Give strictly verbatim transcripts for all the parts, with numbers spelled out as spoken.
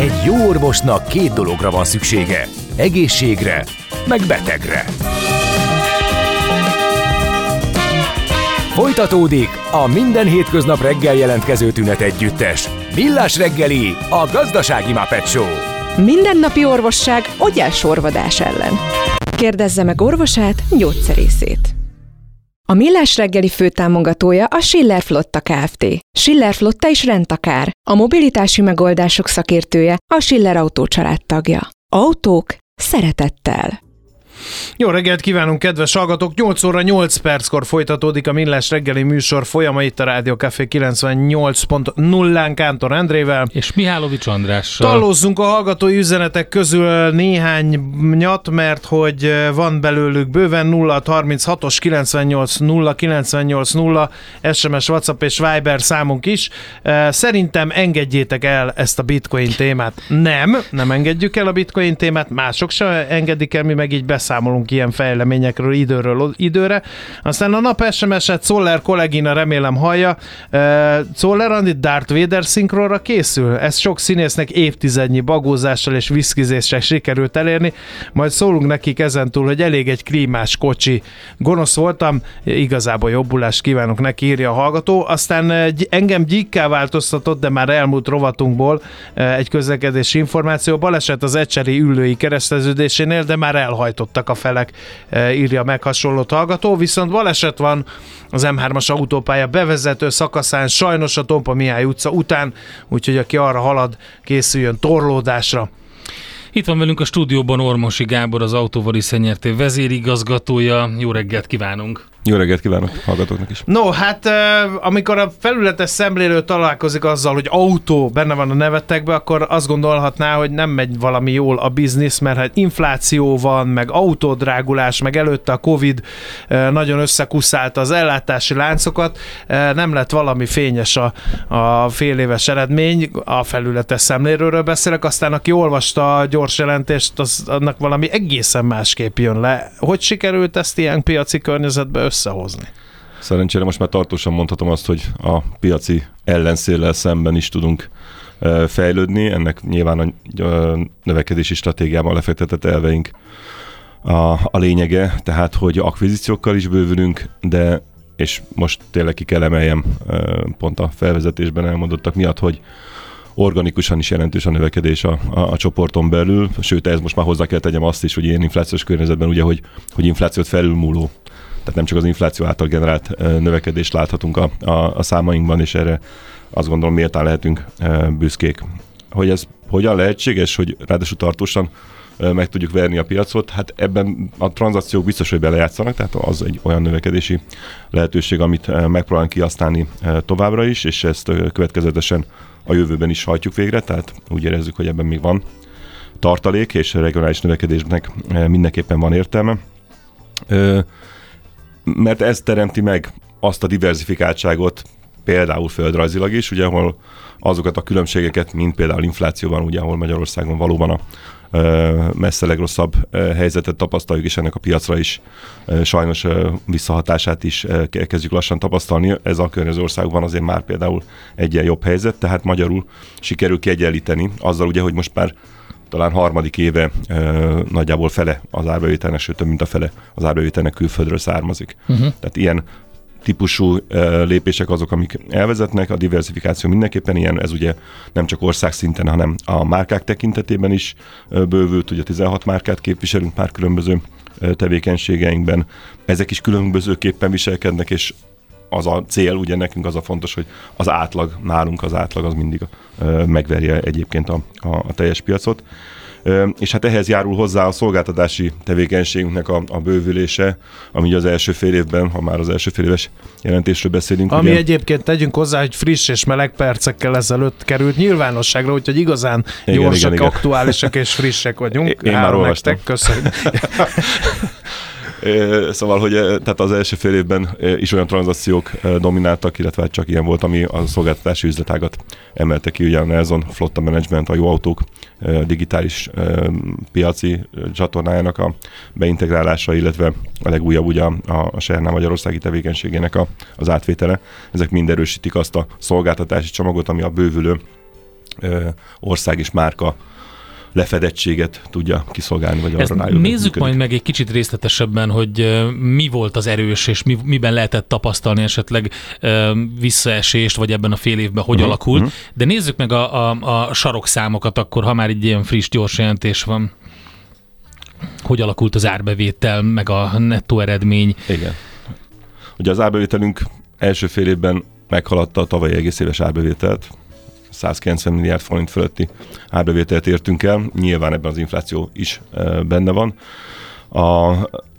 Egy jó orvosnak két dologra van szüksége. Egészségre, meg betegre. Folytatódik a minden hétköznap reggel jelentkező tünet együttes. Millás reggeli, a gazdasági Muppet Show. Mindennapi orvosság ogyásorvadás ellen. Kérdezze meg orvosát, gyógyszerészét. A Millás reggeli főtámogatója a Schiller Flotta Kft. Schiller Flotta is rendtakár. A mobilitási megoldások szakértője, a Schiller Autó család tagja. Autók szeretettel. Jó reggelt kívánunk, kedves hallgatók! nyolc óra nyolc perckor folytatódik a Millás reggeli műsor folyama itt a Rádió Café kilencvennyolc pont nullán Kántor Endrével. És Mihálovics Andrással. Tallózzunk a hallgatói üzenetek közül néhányat, mert hogy van belőlük bőven. Nulla harminchatos kilencvennyolc nulla kilencvennyolc nulla es em es, WhatsApp és Viber számunk is. Szerintem engedjétek el ezt a bitcoin témát. Nem, nem engedjük el a bitcoin témát, mások sem engedik el, mi meg így beszállunk. Számolunk ilyen fejleményekről időről időre. Aztán a nap es em es-et Czoller kollégina remélem hallja. Czoller Andi Darth Vader szinkronra készül? Ez sok színésznek évtizednyi bagózással és viszkizéssel sikerült elérni. Majd szólunk nekik ezentúl, hogy elég egy klímás kocsi. Gonosz voltam, igazából jobbulást kívánok neki, írja a hallgató. Aztán engem gyíkká változtatott, de már elmúlt rovatunkból egy közlekedési információ. Baleset az Ecseri Üllői kereszteződésénél, de már elhajtott a felek, írja meg hasonlót hallgató, viszont baleset van az em hármas autópálya bevezető szakaszán, sajnos a Tompa Mihály utca után, úgyhogy aki arra halad, készüljön torlódásra. Itt van velünk a stúdióban Ormosi Gábor, az Autóval is Szennyerté vezérigazgatója. Jó reggelt kívánunk! Jó reggelt kívánok hallgatóknak is. No, hát amikor a felületes szemlélő találkozik azzal, hogy autó benne van a nevetekbe, akkor azt gondolhatná, hogy nem megy valami jól a biznisz, mert hát infláció van, meg autódrágulás, meg előtte a Covid nagyon összekuszálta az ellátási láncokat, nem lett valami fényes a, a fél éves eredmény, a felületes szemlélőről beszélek, aztán aki olvasta a gyors jelentést, az, annak valami egészen másképp jön le. Hogy sikerült ezt ilyen piaci környezetbe összehozni? Szerencsére most már tartósan mondhatom azt, hogy a piaci ellenszéllel szemben is tudunk fejlődni. Ennek nyilván a növekedési stratégiában lefektetett elveink a, a lényege, tehát hogy akvizíciókkal is bővülünk, de és most tényleg ki kell emeljem pont a felvezetésben elmondottak miatt, hogy organikusan is jelentős a növekedés a, a, a csoporton belül, sőt ez most már hozzá kell tegyem azt is, hogy ilyen inflációs környezetben ugye, hogy, hogy inflációt felülmúló, tehát nem csak az infláció által generált növekedést láthatunk a, a, a számainkban, és erre azt gondolom méltán lehetünk büszkék. Hogy ez hogyan lehetséges, hogy ráadásul tartósan meg tudjuk verni a piacot, hát ebben a tranzakciók biztos, hogy belejátszanak, tehát az egy olyan növekedési lehetőség, amit megpróbálunk kihasználni továbbra is, és ezt következetesen a jövőben is hajtjuk végre, tehát úgy érezzük, hogy ebben még van tartalék, és a regionális növekedésnek mindenképpen van értelme. Mert ez teremti meg azt a diverzifikáltságot, például földrajzilag is, ugye, ahol azokat a különbségeket, mint például inflációban, ugye, ahol Magyarországon valóban a messze legrosszabb helyzetet tapasztaljuk, és ennek a piacra is sajnos visszahatását is kezdjük lassan tapasztalni. Ez a környező országban azért már például egy ilyen jobb helyzet, tehát magyarul sikerül kiegyenlíteni azzal ugye, hogy most már talán harmadik éve nagyjából fele az árbevételnek, sőt több mint a fele az árbevételnek külföldről származik. Uh-huh. Tehát ilyen típusú lépések azok, amik elvezetnek, a diversifikáció mindenképpen ilyen, ez ugye nem csak országszinten, hanem a márkák tekintetében is bővült, ugye tizenhat márkát képviselünk már különböző tevékenységeinkben, ezek is különbözőképpen viselkednek, és az a cél, ugye nekünk az a fontos, hogy az átlag, nálunk az átlag az mindig megverje egyébként a, a, a teljes piacot. És hát ehhez járul hozzá a szolgáltatási tevékenységünknek a, a bővülése, ami az első fél évben, ha már az első fél éves jelentésről beszélünk. Ami ugye, egyébként tegyünk hozzá, hogy friss és meleg percekkel ezelőtt került nyilvánosságra, úgyhogy igazán igen, gyorsak, igen, aktuálisak és frissek vagyunk. Én, én már olvastam. Köszönjük. Szóval, hogy tehát az első fél évben is olyan tranzakciók domináltak, illetve csak ilyen volt, ami a szolgáltatási üzletágat emelte ki, ugye a Nelson Flotta Management, a jó autók digitális piaci csatornájának a beintegrálása, illetve a legújabb ugye a, a Sernál Magyarországi tevékenységének a, az átvétele. Ezek mind erősítik azt a szolgáltatási csomagot, ami a bővülő ország és márka lefedettséget tudja kiszolgálni, vagy Ezt arra rájön. nézzük működik. majd meg egy kicsit részletesebben, hogy mi volt az erős, és mi, miben lehetett tapasztalni esetleg visszaesést, vagy ebben a fél évben hogy uh-huh, alakult. Uh-huh. De nézzük meg a, a, a sarokszámokat akkor, ha már egy ilyen friss, gyors jelentés van. Hogy alakult az árbevétel, meg a nettó eredmény. Igen. Ugye az árbevételünk első fél évben meghaladta a tavalyi egész éves árbevételt. százkilencven milliárd forint fölötti árbevételt értünk el. Nyilván ebben az infláció is e, benne van. A,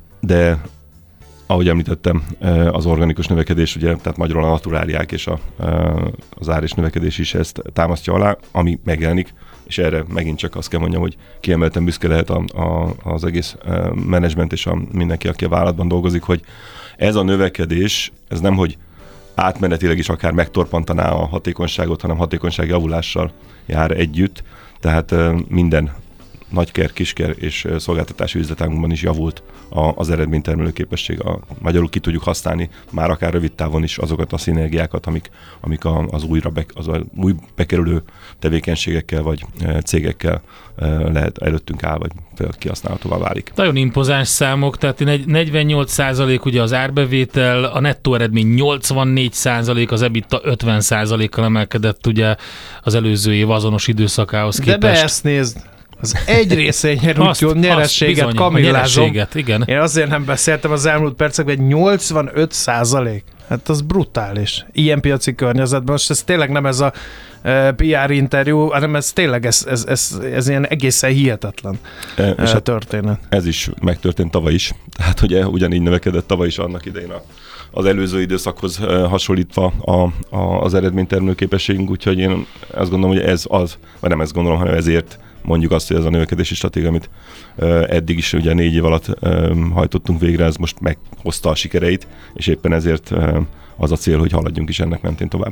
de ahogy említettem, e, az organikus növekedés, ugye, tehát magyarul a naturáliák és a, e, az ár és növekedés is ezt támasztja alá, ami megjelenik, és erre megint csak azt kell mondjam, hogy kiemelten büszke lehet a, a, az egész e, menedzsment és a, mindenki, aki a vállalatban dolgozik, hogy ez a növekedés, ez nem, hogy átmenetileg is akár megtorpantaná a hatékonyságot, hanem hatékonyság javulással jár együtt. Tehát minden nagyker, kisker és szolgáltatási üzletágunkban is javult az eredménytermelő képesség. A, magyarul ki tudjuk használni már akár rövid távon is azokat a szinergiákat, amik, amik a, az, újra be, az új bekerülő tevékenységekkel vagy cégekkel lehet előttünk áll, vagy kihasználhatóvá válik. Nagyon impozáns számok, tehát negyvennyolc százalék ugye az árbevétel, a nettó eredmény nyolcvannégy százalék, az EBITDA ötven százalékkal emelkedett ugye az előző év azonos időszakához képest. De be ezt nézd! Az egy részényen úgy nyerességet kamillázom. Igen. Én azért nem beszéltem az elmúlt percekben, hogy nyolcvanöt százalék. Hát az brutális. Ilyen piaci környezetben. Most ez tényleg nem ez a uh, pé er interjú, hanem ez tényleg ez, ez, ez, ez ilyen egészen hihetetlen e, és uh, történet. Ez is megtörtént tavaly is. Tehát ugye ugyanígy növekedett tavaly is annak idején a, az előző időszakhoz uh, hasonlítva a, a, az eredménytermelő képességünk, úgyhogy én azt gondolom, hogy ez az, vagy nem ezt gondolom, hanem ezért mondjuk azt, hogy ez a növekedési stratégia, amit uh, eddig is ugye négy év alatt uh, hajtottunk végre, ez most meghozta a sikereit, és éppen ezért uh, az a cél, hogy haladjunk is ennek mentén tovább.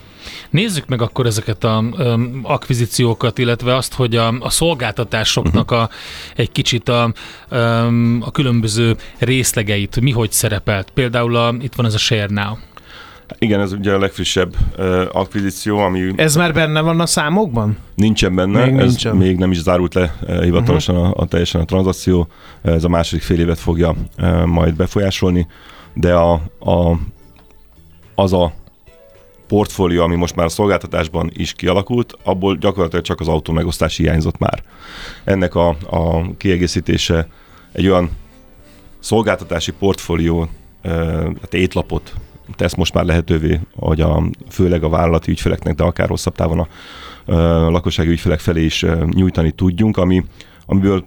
Nézzük meg akkor ezeket a um, akvizíciókat, illetve azt, hogy a, a szolgáltatásoknak a, egy kicsit a, um, a különböző részlegeit, mi hogy szerepelt. Például a, itt van ez a ShareNow. Igen, ez ugye a legfrissebb uh, akvizíció, ami... Ez már benne van a számokban? Nincsen benne, még, ez nincsen. Még nem is zárult le uh, hivatalosan uh-huh. a, a teljesen a tranzakció. Ez a második fél évet fogja uh, majd befolyásolni, de a, a, az a portfólió, ami most már a szolgáltatásban is kialakult, abból gyakorlatilag csak az autó megosztás hiányzott már. Ennek a, a kiegészítése egy olyan szolgáltatási portfólió, uh, hát étlapot tesz most már lehetővé, hogy a, főleg a vállalati ügyfeleknek, de akár hosszabb távon a, a lakossági ügyfelek felé is nyújtani tudjunk, ami, amiből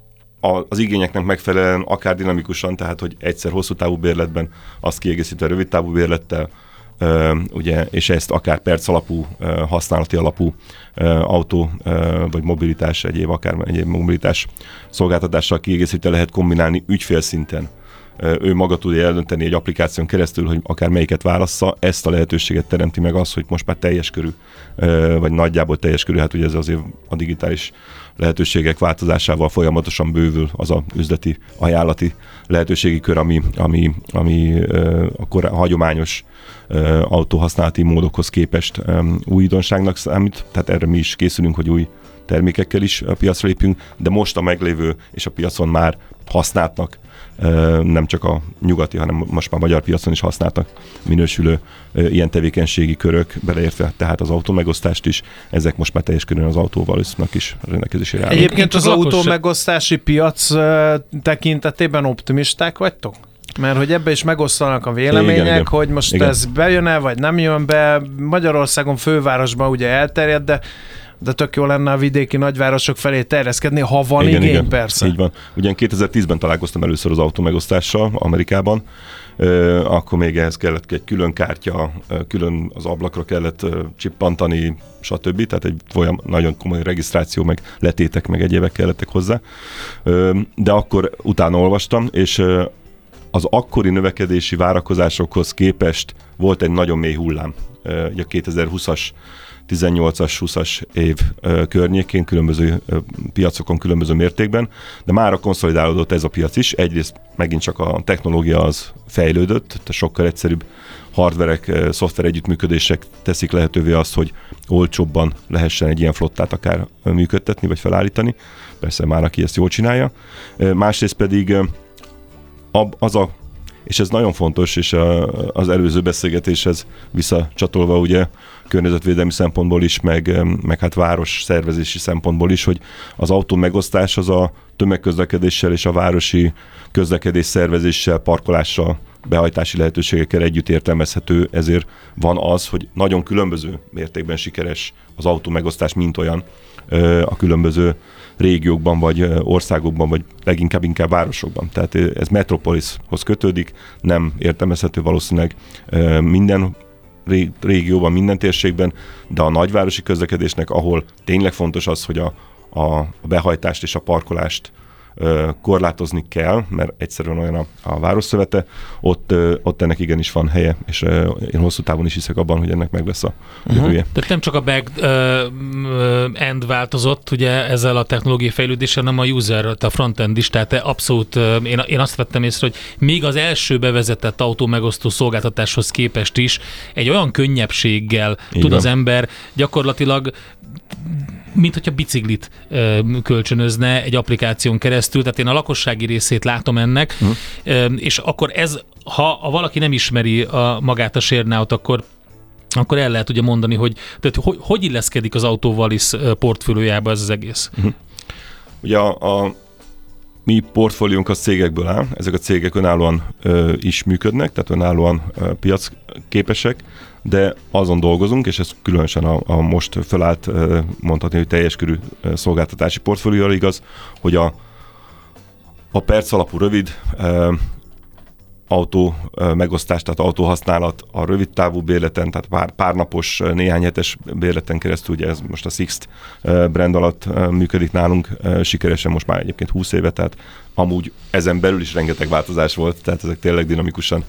a, az igényeknek megfelelően akár dinamikusan, tehát hogy egyszer hosszú távú bérletben, azt kiegészítve rövid távú bérlettel, Uh, ugye, és ezt akár perc alapú, uh, használati alapú uh, autó, uh, vagy mobilitás, egyéb akár egyéb mobilitás szolgáltatással kiegészítve lehet kombinálni ügyfélszinten. Uh, ő maga tudja eldönteni egy applikáción keresztül, hogy akár melyiket válassza, ezt a lehetőséget teremti meg az, hogy most már teljes körű, uh, vagy nagyjából teljes körű, hát ugye ez azért a digitális lehetőségek változásával folyamatosan bővül az a üzleti, ajánlati lehetőségi kör, ami, ami, ami uh, akkor a hagyományos uh, autóhasználati módokhoz képest um, újdonságnak számít, tehát erre mi is készülünk, hogy új termékekkel is a piacra lépjünk, de most a meglévő és a piacon már használtnak, uh, nem csak a nyugati, hanem most már magyar piacon is használtak minősülő uh, ilyen tevékenységi körök, beleértve tehát az autómegosztást is, ezek most már teljes körülön az autóval össznak is rendelkezésére állnak. Egyébként az autómegosztási piac uh, tekintetében optimisták vagytok? Mert hogy ebbe is megosztanak a vélemények, igen, igen. hogy most igen. ez bejön-e, vagy nem jön be. Magyarországon fővárosban ugye elterjed, de, de tök jó lenne a vidéki nagyvárosok felé terjeszkedni, ha van igen, igény, igen. persze. Így van. Ugyan kétezer-tízben találkoztam először az autómegosztással Amerikában, uh, akkor még ehhez kellett egy külön kártya, uh, külön az ablakra kellett uh, csippantani, stb. Tehát egy folyam, nagyon komoly regisztráció, meg letétek, meg egyébek kellettek hozzá. Uh, de akkor utána olvastam, és uh, az akkori növekedési várakozásokhoz képest volt egy nagyon mély hullám. Ugye a kétezer-húszas tizennyolcas, húszas év környékén, különböző piacokon, különböző mértékben, de már a konszolidálódott ez a piac is. Egyrészt megint csak a technológia az fejlődött, tehát sokkal egyszerűbb hardverek, szoftver együttműködések teszik lehetővé azt, hogy olcsóbban lehessen egy ilyen flottát akár működtetni, vagy felállítani. Persze már aki ezt jól csinálja. Másrészt pedig az a, és ez nagyon fontos, és az előző beszélgetéshez visszacsatolva ugye környezetvédelmi szempontból is, meg, meg hát város szervezési szempontból is, hogy az autó megosztás az a tömegközlekedéssel és a városi közlekedés szervezéssel, parkolással, behajtási lehetőségekkel együtt értelmezhető, ezért van az, hogy nagyon különböző mértékben sikeres az autó megosztás, mint olyan a különböző régiókban, vagy országokban, vagy leginkább inkább városokban. Tehát ez metropolishoz kötődik, nem értelmezhető valószínűleg minden régióban, minden térségben, de a nagyvárosi közlekedésnek, ahol tényleg fontos az, hogy a, a behajtást és a parkolást korlátozni kell, mert egyszerűen olyan a, a városszövete, ott, ott ennek igenis van helye, és én hosszú távon is hiszek abban, hogy ennek meg lesz a jövője. Uh-huh. Tehát nem csak a back-end változott ugye ezzel a technológiai fejlődéssel, hanem a user, a front-end is, tehát abszolút én, én azt vettem észre, hogy még az első bevezetett autó megosztó szolgáltatáshoz képest is egy olyan könnyebbséggel Így tud van. az ember gyakorlatilag mint hogyha biciklit ö, kölcsönözne egy applikáción keresztül, tehát én a lakossági részét látom ennek, uh-huh. ö, és akkor ez, ha, ha valaki nem ismeri a, magát a ShareNow-t, akkor akkor el lehet ugye mondani, hogy tehát, hogy, hogy illeszkedik az Autovalis portfóliójába ez az egész? Uh-huh. Ugye a, a mi portfóliónk az cégekből áll, ezek a cégek önállóan ö, is működnek, tehát önállóan ö, piacképesek, de azon dolgozunk, és ez különösen a, a most felállt, ö, mondhatni, hogy teljes körű ö, szolgáltatási portfólióra igaz, hogy a, a perc alapú rövid ö, autó ö, megosztás, tehát autóhasználat a rövid távú bérleten, tehát pár, pár napos, néhány hetes bérleten keresztül, ugye ez most a Sixt brand alatt működik nálunk sikeresen most már egyébként húsz éve, tehát amúgy ezen belül is rengeteg változás volt, tehát ezek tényleg dinamikusan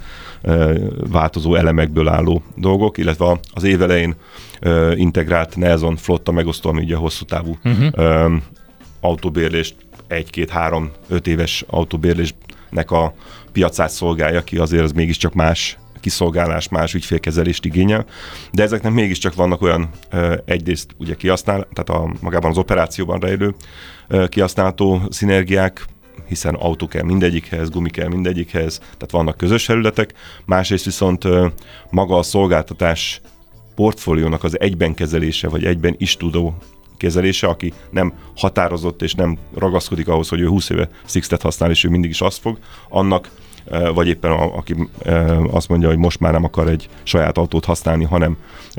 változó elemekből álló dolgok, illetve az év elején integrált Nelson flotta megosztó, ami ugye hosszú távú uh-huh. autóbérlést, egy, két, három, öt éves autóbérlésnek a piacát szolgálja ki, azért az mégiscsak más kiszolgálás, más ügyfélkezelést igényel, de ezeknek mégiscsak vannak olyan egyrészt ugye kihasznál, tehát a, magában az operációban rejlő kihasználható szinergiák, hiszen autó kell mindegyikhez, gumi kell mindegyikhez, tehát vannak közös felületek, másrészt viszont maga a szolgáltatás portfóliónak az egyben kezelése, vagy egyben is tudó kezelése, aki nem határozott és nem ragaszkodik ahhoz, hogy ő húsz éve Sixtet használ, és ő mindig is azt fog, annak, vagy éppen a, aki azt mondja, hogy most már nem akar egy saját autót használni, hanem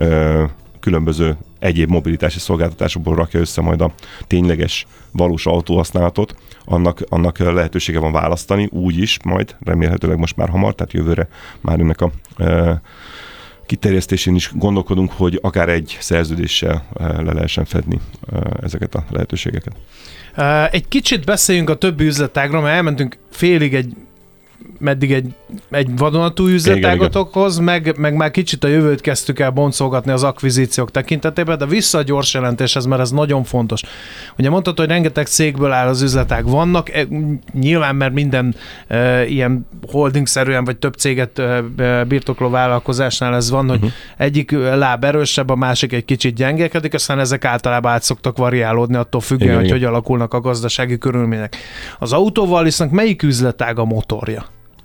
különböző egyéb mobilitási szolgáltatásokból rakja össze majd a tényleges, valós autóhasználatot, annak, annak lehetősége van választani, úgy is majd, remélhetőleg most már hamar, tehát jövőre már ennek a e, kiterjesztésén is gondolkodunk, hogy akár egy szerződéssel le lehessen fedni e, ezeket a lehetőségeket. Egy kicsit beszéljünk a többi üzletágról, mert elmentünk félig egy meddig egy, egy vadonatúj üzletágatokhoz, meg, meg már kicsit a jövőt kezdtük el boncolgatni az akvizíciók tekintetében, de vissza a gyors jelentéshez, mert ez nagyon fontos. Ugye mondtad, hogy rengeteg cégből áll az üzletág. Vannak, e, nyilván, mert minden e, ilyen holdingszerűen, vagy több céget e, birtokló vállalkozásnál ez van, hogy uh-huh. egyik láb erősebb, a másik egy kicsit gyengélkedik, aztán ezek általában át szoktak variálódni attól függően, igen, hogy igen. hogy alakulnak a gazdasági körülmények. Az Autovalisnak melyik üzletág a motorja?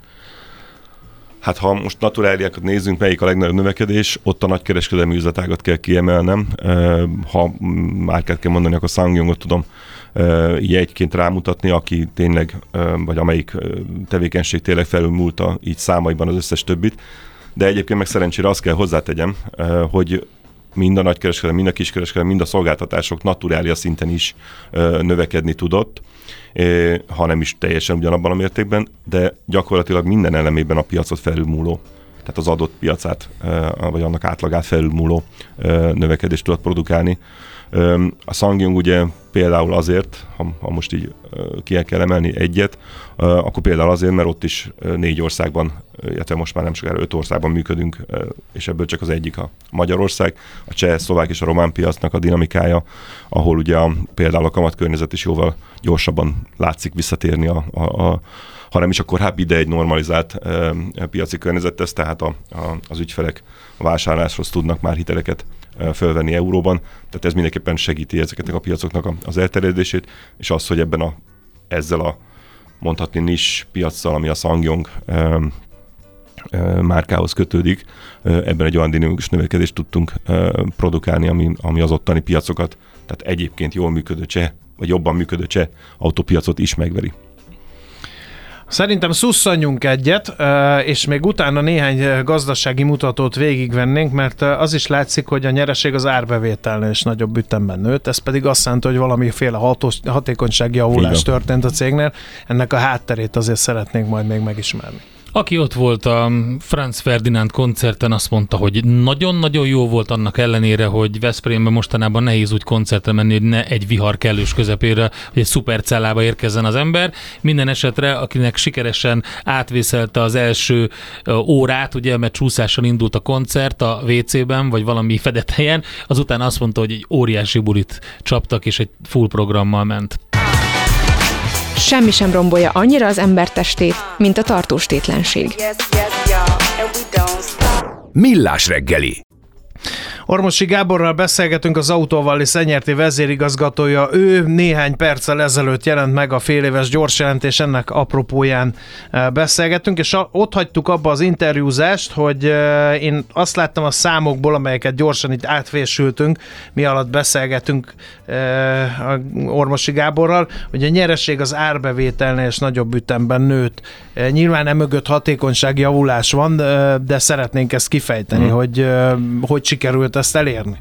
Hát ha most naturáliákat nézzünk, melyik a legnagyobb növekedés, ott a nagykereskedelmi üzletágat kell kiemelnem. Ha márkát kell mondani, akkor SsangYongot tudom így egyként rámutatni, aki tényleg, vagy amelyik tevékenység tényleg felülmúlta így számaiban az összes többit. De egyébként meg szerencsére azt kell hozzátegyem, hogy mind a nagykereskedelem, mind a kiskereskedelem, mind a szolgáltatások naturália szinten is növekedni tudott, ha nem is teljesen ugyanabban a mértékben, de gyakorlatilag minden elemében a piacot felülmúló, tehát az adott piacát, vagy annak átlagát felülmúló növekedést tudott produkálni. A SsangYong ugye például azért, ha, ha most így ki kell emelni egyet, akkor például azért, mert ott is négy országban, illetve most már nem sokára öt országban működünk, és ebből csak az egyik a Magyarország, a cseh, szlovák és a román piacnak a dinamikája, ahol ugye a, például a kamatkörnyezet is jóval gyorsabban látszik visszatérni a, a, a ha nem is a korábbi, de egy normalizált e, piaci környezethez, tehát a, a, az ügyfelek a vásárláshoz tudnak már hiteleket e, fölvenni euróban, tehát ez mindenképpen segíti ezeknek a piacoknak a, az elterjedését, és az, hogy ebben a, ezzel a mondhatni nis piaccal, ami a SsangYong e, e, márkához kötődik, e, ebben egy olyan dinamikus növekedést tudtunk e, produkálni, ami, ami az ottani piacokat, tehát egyébként jól működő cseh, vagy jobban működő cseh autópiacot is megveri. Szerintem szusszanjunk egyet, és még utána néhány gazdasági mutatót végigvennénk, mert az is látszik, hogy a nyereség az árbevételnél is nagyobb ütemben nőtt, ez pedig azt jelenti, hogy valamiféle hatós, hatékonysági javulás történt a cégnél. Ennek a hátterét azért szeretnénk majd még megismerni. Aki ott volt a Franz Ferdinand koncerten, azt mondta, hogy nagyon-nagyon jó volt annak ellenére, hogy Veszprémben mostanában nehéz úgy koncertre menni, hogy ne egy vihar kellős közepére, hogy egy szupercellába érkezzen az ember. Minden esetre, akinek sikeresen átvészelte az első órát, ugye, mert csúszással indult a koncert a vé cében, vagy valami fedett helyen, azután azt mondta, hogy egy óriási bulit csaptak, és egy full programmal ment. Semmi sem rombolja annyira az ember testét, mint a tartós tétlenség. Millás reggeli. Ormosi Gáborral beszélgetünk, az Autovallis Enyerté vezérigazgatója. Ő néhány perccel ezelőtt jelent meg a féléves gyorsjelentés, ennek apropóján beszélgettünk, és ott hagytuk abba az interjúzást, hogy én azt láttam a számokból, amelyeket gyorsan itt átvésültünk, mi alatt beszélgetünk Ormosi Gáborral, hogy a nyereség az árbevételnél és nagyobb ütemben nőtt. Nyilván emögött hatékonysági javulás van, de szeretnénk ezt kifejteni, hmm. hogy hogy sikerült ezt elérni?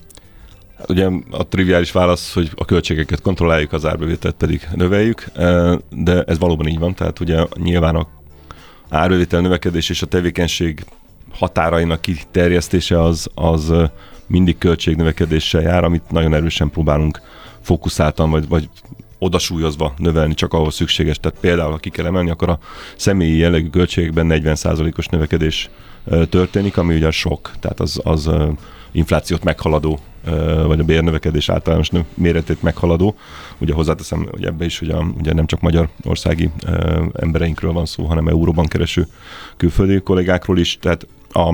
Hát ugye a triviális válasz, hogy a költségeket kontrolláljuk, az árbevételt pedig növeljük, de ez valóban így van, tehát ugye nyilván a árbevétel növekedés és a tevékenység határainak kiterjesztése az, az mindig költségnövekedéssel jár, amit nagyon erősen próbálunk fókuszáltan, vagy, vagy odasúlyozva növelni, csak ahol szükséges. Tehát például, ha ki kell emelni, akkor a személyi jellegű költségekben negyven százalékos növekedés történik, ami ugye sok, tehát az, az inflációt meghaladó, vagy a bérnövekedés általános méretét meghaladó. Ugye hozzáteszem, hogy ebbe is ugye, ugye nem csak magyarországi embereinkről van szó, hanem euróban kereső külföldi kollégákról is. Tehát a,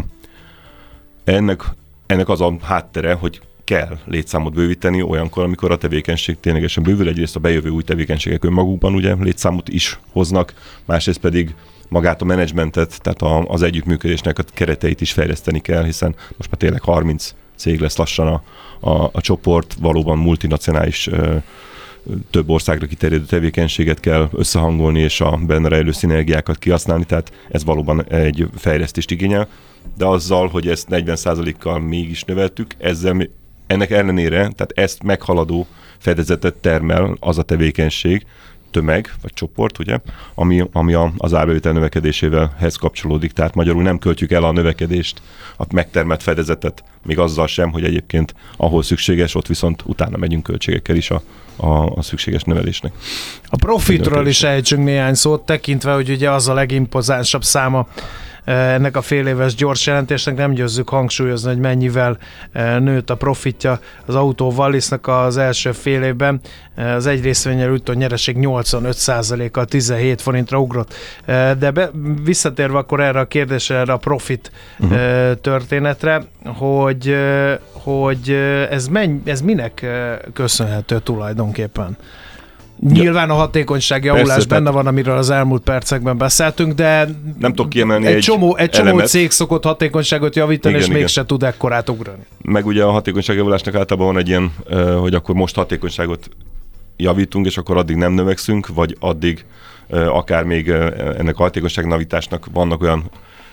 ennek, ennek az a háttere, hogy kell létszámot bővíteni olyankor, amikor a tevékenység ténylegesen bővül. Egyrészt a bejövő új tevékenységek önmagukban ugye létszámot is hoznak, másrészt pedig magát a menedzsmentet, tehát a, az együttműködésnek a kereteit is fejleszteni kell, hiszen most már tényleg harminc cég lesz lassan a, a, a csoport, valóban multinacionális ö, több országra kiterjedő tevékenységet kell összehangolni, és a benne rejlő szinergiákat kihasználni, tehát ez valóban egy fejlesztést igényel, de azzal, hogy ezt negyven százalékkal mégis növeltük, ezzel ennek ellenére, tehát ezt meghaladó fedezetet termel az a tevékenység, tömeg, vagy csoport, ugye, ami, ami a, az árbevétel növekedésével hez kapcsolódik. Tehát magyarul nem költjük el a növekedést, a megtermelt fedezetet, még azzal sem, hogy egyébként ahol szükséges, ott viszont utána megyünk költségekkel is a, a, a szükséges növelésnek. A profitról is ejtsünk néhány szót, tekintve, hogy ugye az a legimpozánsabb száma ennek a fél éves gyors jelentésnek, nem győzzük hangsúlyozni, hogy mennyivel nőtt a profitja az Autovallisnak az első fél évben. Az egy részvényel ütő nyereség nyolcvanöt százalékkal tizenhét forintra ugrott. De be, visszatérve akkor erre a kérdésre, erre a profit uh-huh. történetre, hogy, hogy ez, menny, ez minek köszönhető tulajdonképpen? Nyilván a hatékonysági javulás Persze, benne van, amiről az elmúlt percekben beszéltünk, de nem tudok kiemelni egy, egy csomó, egy csomó elemet. cég szokott hatékonyságot javítani, igen, és mégse igen. tud ekkorát ugrani. Meg ugye a hatékonyságjavulásnak általában van egy ilyen, hogy akkor most hatékonyságot javítunk, és akkor addig nem növekszünk, vagy addig akár még ennek a hatékonyságnavításnak vannak olyan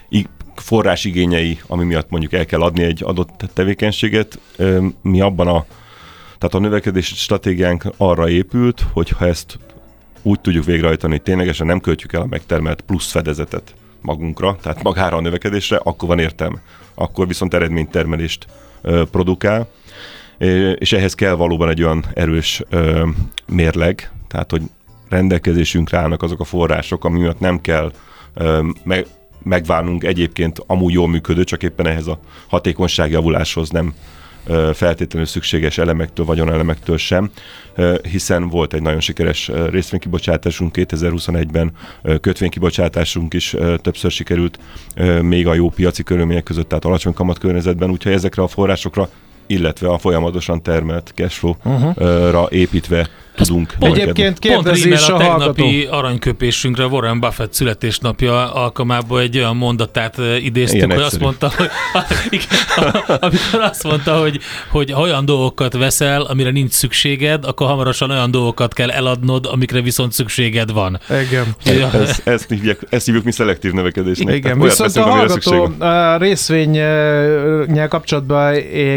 forrásigényei, ami miatt mondjuk el kell adni egy adott tevékenységet. Mi abban a Tehát a növekedési stratégiánk arra épült, hogy ha ezt úgy tudjuk végrehajtani, hogy ténylegesen nem költjük el a megtermelt plusz fedezetet magunkra, tehát magára a növekedésre, akkor van értelme. Akkor viszont eredménytermelést ö, produkál. és ehhez kell valóban egy olyan erős mérleg, tehát hogy rendelkezésünkre állnak azok a források, ami miatt nem kell meg, megvárnunk egyébként amúgy jól működő, csak éppen ehhez a hatékonyságjavuláshoz nem feltétlenül szükséges elemektől, vagyonelemektől sem, hiszen volt egy nagyon sikeres részvénykibocsátásunk kétezer-huszonegyben, kötvénykibocsátásunk is többször sikerült, még a jó piaci körülmények között, tehát alacsony kamatkörnyezetben, úgyhogy ezekre a forrásokra, illetve a folyamatosan termelt cashflow-ra uh-huh. építve tudunk. Egyébként kérdezi is a, a tegnapi hallgató. aranyköpésünkre Warren Buffett születésnapja alkalmából egy olyan mondatát idéztük, ilyen hogy egyszerű. azt mondta, hogy amikor azt mondta, hogy, hogy ha olyan dolgokat veszel, amire nincs szükséged, akkor hamarosan olyan dolgokat kell eladnod, amikre viszont szükséged van. Igen. Ez, ezt, hívjuk, ezt hívjuk mi szelektív növekedésnek. Igen, viszont a hallgató a részvénnyel kapcsolatban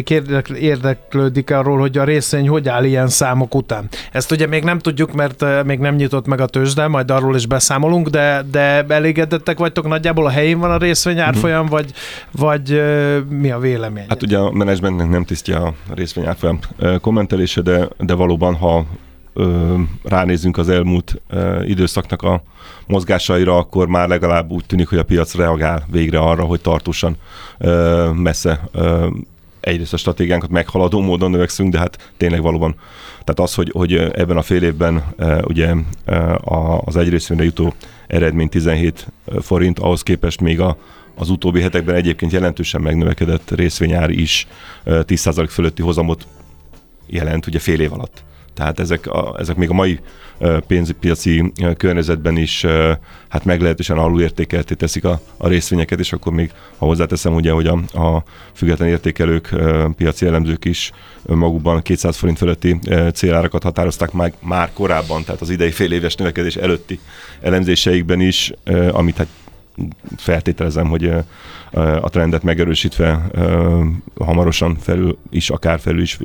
érdeklődik arról, hogy a részvény hogy áll ilyen számok után. Ezt ugye még nem tudjuk, mert még nem nyitott meg a tőzsde, majd arról is beszámolunk, de, de elégedettek vagytok, nagyjából a helyén van a részvény árfolyam, mm-hmm. vagy, vagy mi a vélemény? Hát ugye a menedzsmentnek nem tisztja a részvény árfolyam kommentelése, de, de valóban, ha ö, ránézünk az elmúlt ö, időszaknak a mozgásaira, akkor már legalább úgy tűnik, hogy a piac reagál végre arra, hogy tartósan ö, messze ö, egyrészt a stratégiánkat meghaladó módon növekszünk, de hát tényleg valóban. Tehát az, hogy, hogy ebben a fél évben e, ugye e, az egy részvényre jutó eredmény tizenhét forint, ahhoz képest még a, az utóbbi hetekben egyébként jelentősen megnövekedett részvényár is e, tíz százalék fölötti hozamot jelent ugye fél év alatt. Tehát ezek, a, ezek még a mai pénzpiaci környezetben is hát meglehetősen alulértékelté teszik a, a részvényeket, és akkor még, ha hozzáteszem, ugye, hogy a, a független értékelők, piaci elemzők is magukban kétszáz forint fölötti célárakat határozták már, már korábban, tehát az idei fél éves növekedés előtti elemzéseikben is, amit hát feltételezem, hogy a trendet megerősítve hamarosan felül is, akár felül is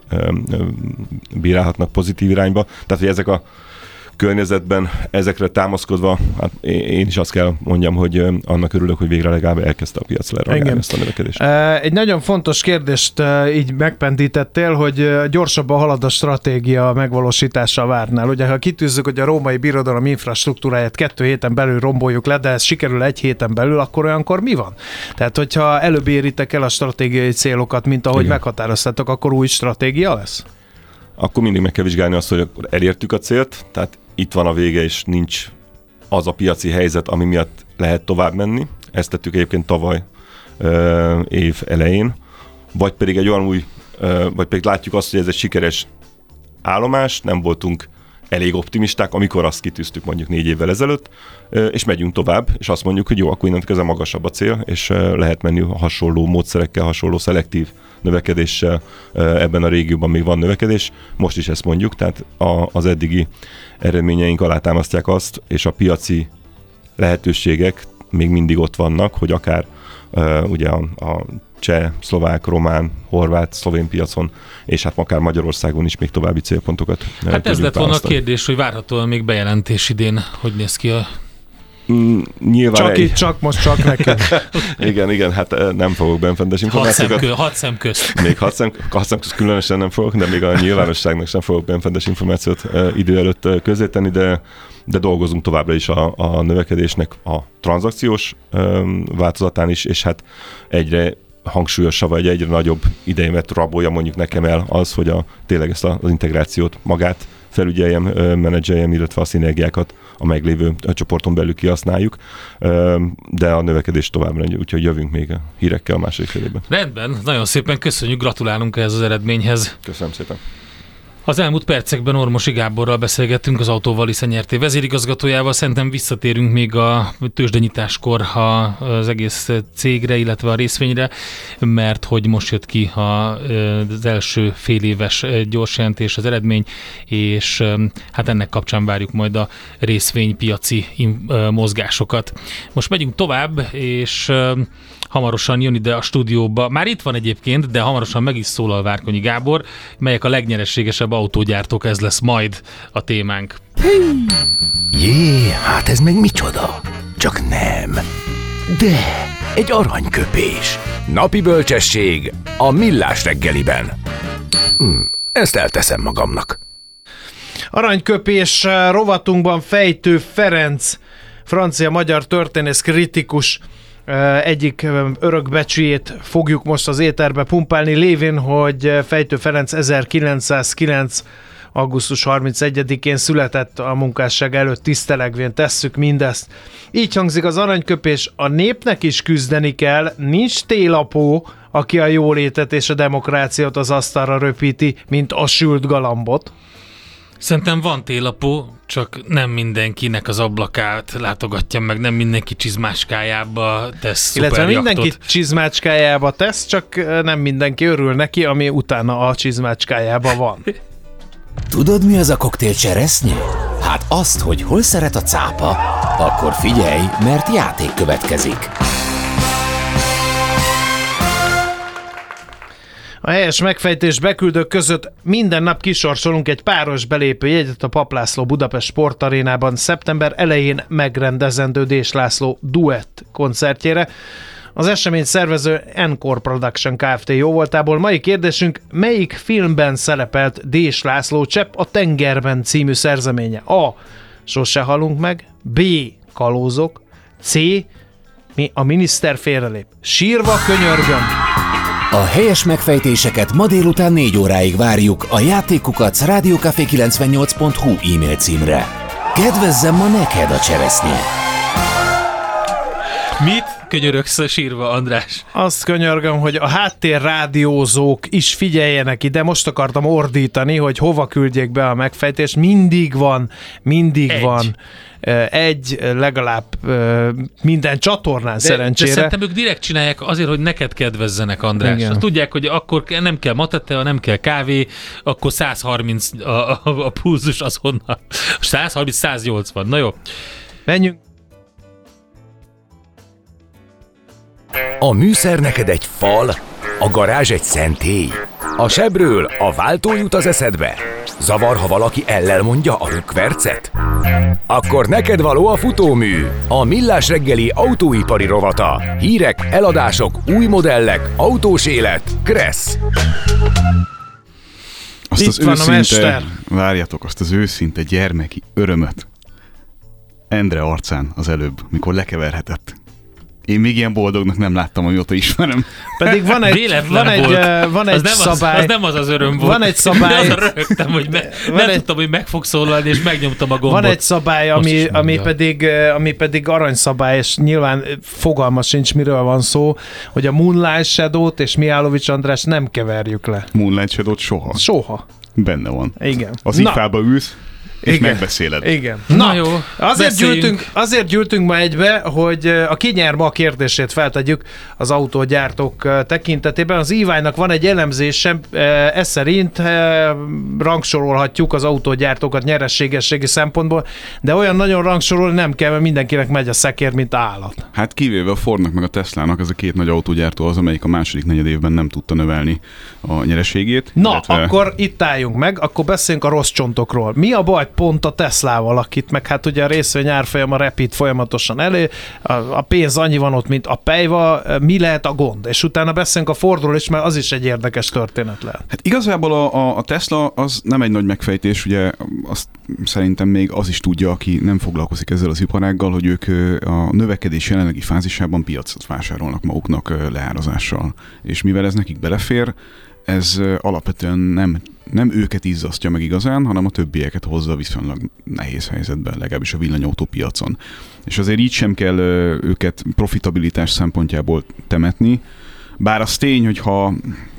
bírálhatnak pozitív irányba. Tehát, hogy ezek a környezetben ezekre támaszkodva, hát én is azt kell mondjam, hogy annak örülök, hogy végre legalább elkezdte a piac lereagálni ezt a növekedést. Egy nagyon fontos kérdést így megpendítettél, hogy gyorsabban halad a stratégia megvalósítása várnál. Ugye, ha kitűzzük, hogy a római birodalom infrastruktúráját kettő héten belül romboljuk le, de ez sikerül egy héten belül, akkor olyankor mi van? Tehát, hogyha előbb éritek el a stratégiai célokat, mint ahogy igen. meghatároztatok, akkor új stratégia lesz? Akkor mindig meg kell vizsgálni azt, hogy akkor elértük a célt, tehát itt van a vége, és nincs az a piaci helyzet, ami miatt lehet tovább menni. Ezt tettük egyébként tavaly ö, év elején. Vagy pedig egy olyan új, ö, vagy pedig látjuk azt, hogy ez egy sikeres állomás, nem voltunk elég optimisták, amikor azt kitűztük mondjuk négy évvel ezelőtt, ö, és megyünk tovább, és azt mondjuk, hogy jó, akkor innentől kezdve magasabb a cél, és ö, lehet menni hasonló módszerekkel, hasonló szelektív növekedéssel, ebben a régióban még van növekedés, most is ezt mondjuk, tehát a, az eddigi eredményeink alátámasztják azt, és a piaci lehetőségek még mindig ott vannak, hogy akár uh, ugye a, a cseh, szlovák, román, horvát, szlovén piacon, és hát akár Magyarországon is még további célpontokat. Hát ez lett volna a kérdés, hogy várhatóan még bejelentés idén, hogy néz ki a Mm, csak egy... itt, csak most, csak nekünk. igen, igen, hát nem fogok benfentes információkat. Hat szem közt. Még hat szem, hat szem közt különösen nem fogok, de még a nyilvánosságnak sem fogok benfentes információt uh, idő előtt uh, közzétenni, de, de dolgozunk továbbra is a, a növekedésnek a tranzakciós um, változatán is, és hát egyre hangsúlyosabb, vagy egyre nagyobb idejémet rabolja mondjuk nekem el az, hogy a, tényleg ezt az integrációt magát felügyeljem, menedzseljem, illetve a szinergiákat a meglévő csoporton belül kihasználjuk, de a növekedés továbbra, úgyhogy jövünk még a hírekkel a második félében. Rendben, nagyon szépen köszönjük, gratulálunk ehhez az eredményhez. Köszönöm szépen. Az elmúlt percekben Ormosi Gáborral beszélgettünk, az Autóval Nyrt. vezérigazgatójával. Szerintem visszatérünk még a tőzsdenyitáskor az egész cégre, illetve a részvényre, mert hogy most jött ki az első fél éves gyorsjelentés, az eredmény, és hát ennek kapcsán várjuk majd a részvénypiaci mozgásokat. Most megyünk tovább, és hamarosan jön ide a stúdióba. Már itt van egyébként, de hamarosan meg is szólal Várkonyi Gábor, melyek a legnyereségesebb autógyártók, ez lesz majd a témánk. Jé, hát ez meg micsoda? Csak nem. De, egy aranyköpés. Napi bölcsesség a Millás reggeliben. Hmm, ezt elteszem magamnak. Aranyköpés rovatunkban Fejtő Ferenc, francia-magyar történész kritikus egyik örökbecsüjét fogjuk most az éterbe pumpálni, lévén, hogy Fejtő Ferenc ezerkilencszázkilenc. augusztus harmincegyedikén született, a munkásság előtt tisztelegvén tesszük mindezt. Így hangzik az aranyköpés: a népnek is küzdeni kell, nincs télapó, aki a jólétet és a demokráciát az asztalra röpíti, mint a sült galambot. Szerintem van télapó, csak nem mindenkinek az ablakát látogatja meg, nem mindenki csizmáskájába tesz Illetve szuperjaktot. mindenki csizmácskájába tesz, csak nem mindenki örül neki, ami utána a csizmácskájában van. Tudod, mi az a koktél cseresznye? Hát azt, hogy hol szeret a cápa, akkor figyelj, mert játék következik. A helyes megfejtés beküldők között minden nap kisorsolunk egy páros belépőjegyet a Papp László Budapest Sportarénában szeptember elején megrendezendő Dés László duett koncertjére. Az esemény szervező Encore Production Kft. Jóvoltából. Mai kérdésünk: melyik filmben szerepelt Dés László Csepp a tengerben című szerzeménye? A. Sose halunk meg. B. Kalózok. C. Mi a miniszter félrelép. Sírva könyörgöm. A helyes megfejtéseket ma délután négy óráig várjuk a játékukat rádiókafé kilencvennyolc pont hu e-mail címre. Kedvezzem ma neked a cseresznye! Mit könyörögsz sírva, András? Azt könyörgöm, hogy a háttérrádiózók is figyeljenek ide. Most akartam ordítani, hogy hova küldjék be a megfejtést. Mindig van, mindig Egy. van. Egy, legalább minden csatornán de, szerencsére. De szerintem ők direkt csinálják azért, hogy neked kedvezzenek, András. Azt tudják, hogy akkor nem kell matete, nem kell kávé, akkor száz harminc a, a, a pulzus azonnal. száz harminc száz nyolcvan. Na jó. Menjünk. A műszer neked egy fal, a garázs egy szentély. A sebről a váltó jut az eszedbe. Zavar, ha valaki ellel mondja a rökkvercet? Akkor neked való a futómű, a Millás reggeli autóipari rovata. Hírek, eladások, új modellek, autós élet, Kressz. Azt Itt az van a őszinte, mester. várjatok, azt az őszinte gyermeki örömöt Endre arcán az előbb, mikor lekeverhetett. Én még ilyen boldognak nem láttam, amióta ismerem. Pedig van egy, Véletlen van egy, volt. uh, van egy az nem szabály. Az, az nem az az öröm volt. Van egy szabály. De azon rögtem, hogy me, Van nem egy- tudtam, hogy meg fog szólalni, és megnyomtam a gombot. Van egy szabály, Most ami, is ami, mondja. pedig, uh, ami pedig aranyszabály, és nyilván fogalma sincs, miről van szó, hogy a Moonlight Shadow-t és Mihálovics András nem keverjük le. Moonlight Shadow-t soha. Soha. Benne van. Igen. Az Na. ifába ülsz, és Igen. megbeszéled. Igen. Na jó, Azért beszéljünk. gyűltünk, azért gyűltünk ma egybe, hogy a ki nyer ma kérdését feltegyük az autógyártók tekintetében. Az íványnak van egy elemzése, ez szerint rangsorolhatjuk az autógyártókat nyerességességi szempontból, de olyan nagyon rangsorolni nem kell, mert mindenkinek megy a szekér, mint állat. Hát kivéve a Fordnak meg a Teslának, ez a két nagy autógyártó az, amelyik a második negyed évben nem tudta növelni a nyereségét. Na, illetve- akkor itt álljunk meg, akkor beszéljünk a rossz csontokról. Mi a baj pont a Teslával, akit meg hát ugye a részvény árfolyama repít folyamatosan elő, a, a pénz annyi van ott, mint a pejva, mi lehet a gond? És utána beszélünk a Fordról is, mert az is egy érdekes történet lehet. Hát igazából a, a, a Tesla az nem egy nagy megfejtés, ugye azt szerintem még az is tudja, aki nem foglalkozik ezzel az iparággal, hogy ők ö, a növekedés jelenlegi fázisában piacot vásárolnak maguknak ö, leárazással. És mivel ez nekik belefér, ez ö, alapvetően nem, nem őket izzasztja meg igazán, hanem a többieket hozza viszonylag nehéz helyzetbe, legalábbis a villanyautó piacon. És azért így sem kell ö, őket profitabilitás szempontjából temetni, bár az tény, hogy ha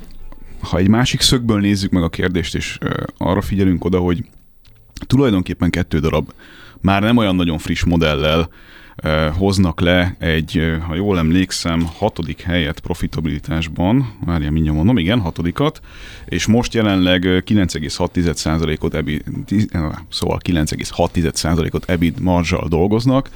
Ha egy másik szögből nézzük meg a kérdést, és uh, arra figyelünk oda, hogy tulajdonképpen kettő darab már nem olyan nagyon friss modellel uh, hoznak le egy, uh, ha jól emlékszem, hatodik helyet profitabilitásban, várjál, mindjárt mondom, igen, hatodikat, és most jelenleg uh, kilenc egész hat százalékot E B I T, tíz, szóval kilenc egész hat százalékot E B I T marzsal dolgoznak,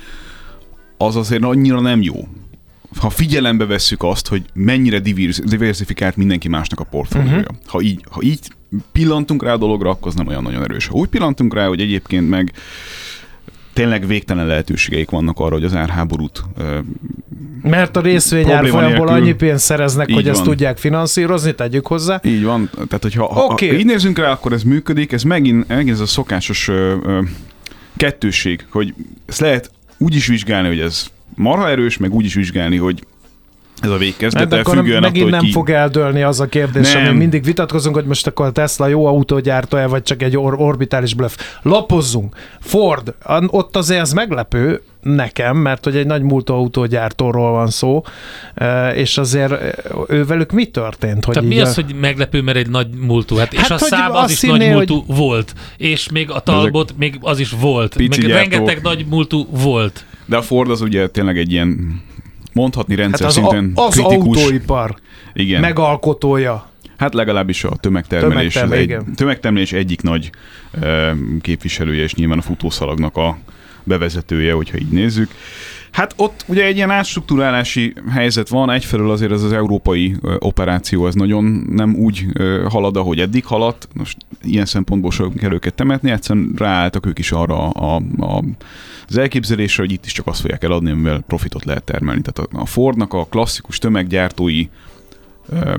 az azért annyira nem jó. Ha figyelembe vesszük azt, hogy mennyire diversifikált mindenki másnak a portfóliója. Uh-huh. Ha így, ha így pillantunk rá a dologra, akkor az nem olyan nagyon erős. Ha úgy pillantunk rá, hogy egyébként meg tényleg végtelen lehetőségeik vannak arra, hogy az árháborút Mert a részvényárfolyamból annyi pénzt szereznek, így hogy van. ezt tudják finanszírozni, tegyük hozzá. Így van, tehát hogyha ha, Okay. ha így nézzünk rá, akkor ez működik, ez megint, megint ez a szokásos ö, ö, kettősség, hogy ezt lehet úgy is vizsgálni, hogy ez marha erős, meg úgy is vizsgálni, hogy ez a végkezdete, akkor függően megint attól, nem hogy ki... fog eldőlni az a kérdés, Nem. ami mindig vitatkozunk, hogy most akkor a Tesla jó autógyártója, vagy csak egy or- orbitális bluff. Lapozzunk. Ford, an- ott azért ez meglepő nekem, mert hogy egy nagy múltú autógyártóról van szó, eh, és azért eh, ővelük mi történt? Hogy Tehát mi így az, a... hogy meglepő, mert egy nagy múltú? Hát, és Hát, a hogy Saab az azt is hinné, nagy múltú hogy- volt, és még a Talbot, még az is volt, pici meg gyártók. rengeteg nagy múltú volt. De a Ford az ugye tényleg egy ilyen, mondhatni Hát rendszer az, szinten a, az kritikus. autóipar Igen. megalkotója. Hát legalábbis a tömegtermelés, Tömegtermelés, az egy, igen. tömegtermelés egyik nagy ö, képviselője, és nyilván a futószalagnak a bevezetője, hogyha így nézzük. Hát ott ugye egy ilyen átstruktúrálási helyzet van, egyfelől azért ez az európai ö, operáció, ez nagyon nem úgy ö, halad, ahogy eddig haladt. Most ilyen szempontból sem kell őket temetni, egyszerűen ráálltak ők is arra a, a, az elképzelésre, hogy itt is csak azt fogják eladni, amivel profitot lehet termelni. Tehát a, a Fordnak a klasszikus tömeggyártói ö,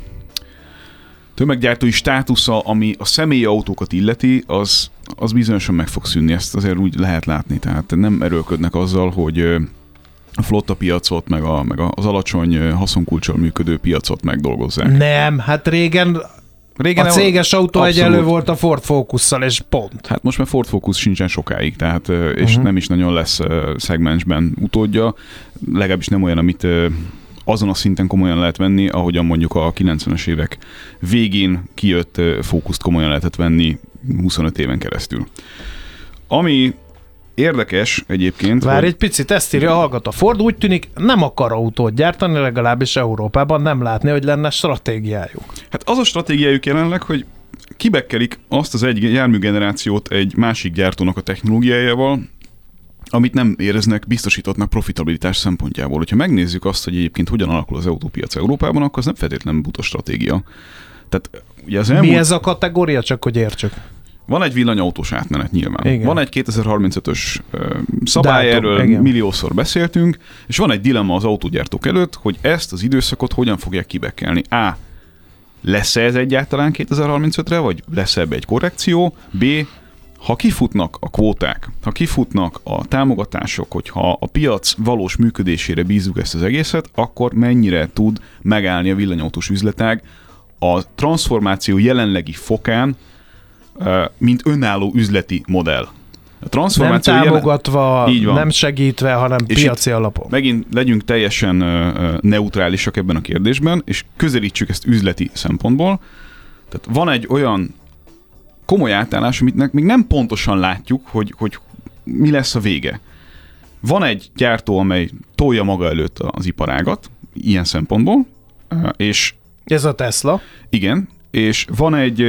tömeggyártói státusza, ami a személyi autókat illeti, az, az bizonyosan meg fog szűnni, ezt azért úgy lehet látni. Tehát nem erőlködnek azzal, hogy a flotta piacot, meg, a, meg az alacsony haszonkulccsal működő piacot megdolgozzák. Nem, hát régen, Régen a céges autó abszolút. egyenlő volt a Ford Focusszal, és pont. Hát most már Ford Focus sincsen sokáig, tehát, és Uh-huh. nem is nagyon lesz szegmensben utódja, legalábbis nem olyan, amit azon a szinten komolyan lehet venni, ahogyan mondjuk a kilencvenes évek végén kijött Focust komolyan lehetett venni huszonöt éven keresztül. Ami érdekes egyébként, Várj hogy egy picit, ezt írja a hallgató. Ford úgy tűnik nem akar autót gyártani, legalábbis Európában nem látni, hogy lenne stratégiájuk. hát az a stratégiájuk jelenleg, hogy kibekkelik azt az egy járműgenerációt egy másik gyártónak a technológiájával, amit nem éreznek biztosítottnak profitabilitás szempontjából. Hogyha megnézzük azt, hogy egyébként hogyan alakul az autópiac Európában, akkor az nem feltétlenül buta stratégia. Tehát ugye az elmúlt... Mi ez a kategória, csak hogy értsük? Van egy villanyautós átmenet nyilván. Igen. Van egy kétezer-harmincötös ö, szabály, Dátum, erről igen. milliószor beszéltünk, és van egy dilemma az autógyártók előtt, hogy ezt az időszakot hogyan fogják kibekkelni. A. Lesz-e ez egyáltalán kétezer-harmincötre, vagy lesz ebbe egy korrekció? B. Ha kifutnak a kvóták, ha kifutnak a támogatások, hogyha a piac valós működésére bízzuk ezt az egészet, akkor mennyire tud megállni a villanyautós üzletág a transformáció jelenlegi fokán, mint önálló üzleti modell. A Nem transformáció támogatva, Így van. nem segítve, hanem És piaci alapon. Megint legyünk teljesen ö, neutrálisak ebben a kérdésben, és közelítsük ezt üzleti szempontból. Tehát van egy olyan komoly átállás, amit még nem pontosan látjuk, hogy, hogy mi lesz a vége. Van egy gyártó, amely tolja maga előtt az iparágat, ilyen szempontból, és Ez a Tesla. igen, és van egy,